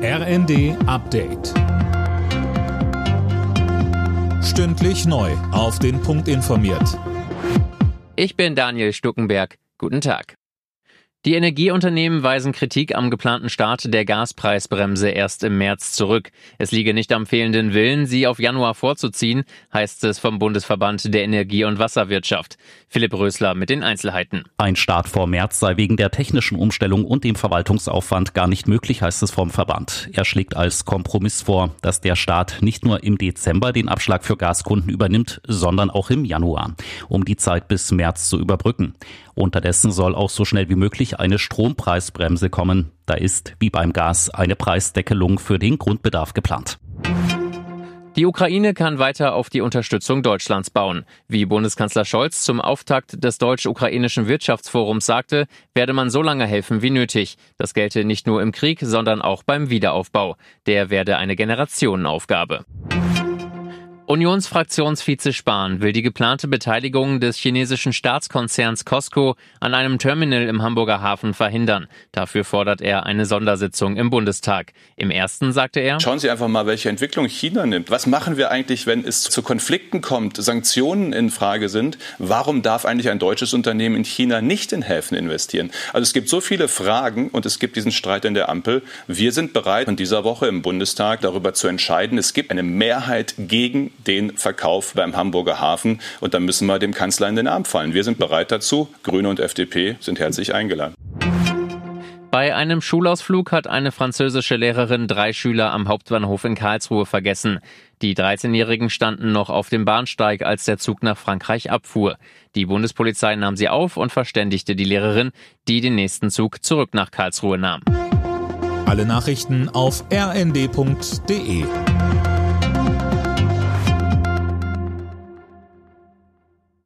RND Update. Stündlich neu auf den Punkt informiert. Ich bin Daniel Stuckenberg. Guten Tag. Die Energieunternehmen weisen Kritik am geplanten Start der Gaspreisbremse erst im März zurück. Es liege nicht am fehlenden Willen, sie auf Januar vorzuziehen, heißt es vom Bundesverband der Energie- und Wasserwirtschaft. Philipp Rösler mit den Einzelheiten. Ein Start vor März sei wegen der technischen Umstellung und dem Verwaltungsaufwand gar nicht möglich, heißt es vom Verband. Er schlägt als Kompromiss vor, dass der Staat nicht nur im Dezember den Abschlag für Gaskunden übernimmt, sondern auch im Januar, um die Zeit bis März zu überbrücken. Unterdessen soll auch so schnell wie möglich eine Strompreisbremse kommen. Da ist, wie beim Gas, eine Preisdeckelung für den Grundbedarf geplant. Die Ukraine kann weiter auf die Unterstützung Deutschlands bauen. Wie Bundeskanzler Scholz zum Auftakt des Deutsch-Ukrainischen Wirtschaftsforums sagte, werde man so lange helfen wie nötig. Das gelte nicht nur im Krieg, sondern auch beim Wiederaufbau. Der werde eine Generationenaufgabe. Unionsfraktionsvize Spahn will die geplante Beteiligung des chinesischen Staatskonzerns COSCO an einem Terminal im Hamburger Hafen verhindern. Dafür fordert er eine Sondersitzung im Bundestag. Im ersten sagte er: Schauen Sie einfach mal, welche Entwicklung China nimmt. Was machen wir eigentlich, wenn es zu Konflikten kommt, Sanktionen in Frage sind? Warum darf eigentlich ein deutsches Unternehmen in China nicht in Häfen investieren? Also es gibt so viele Fragen und es gibt diesen Streit in der Ampel. Wir sind bereit, in dieser Woche im Bundestag darüber zu entscheiden. Es gibt eine Mehrheit gegen den Verkauf beim Hamburger Hafen und dann müssen wir dem Kanzler in den Arm fallen. Wir sind bereit dazu. Grüne und FDP sind herzlich eingeladen. Bei einem Schulausflug hat eine französische Lehrerin 3 Schüler am Hauptbahnhof in Karlsruhe vergessen. Die 13-Jährigen standen noch auf dem Bahnsteig, als der Zug nach Frankreich abfuhr. Die Bundespolizei nahm sie auf und verständigte die Lehrerin, die den nächsten Zug zurück nach Karlsruhe nahm. Alle Nachrichten auf rnd.de.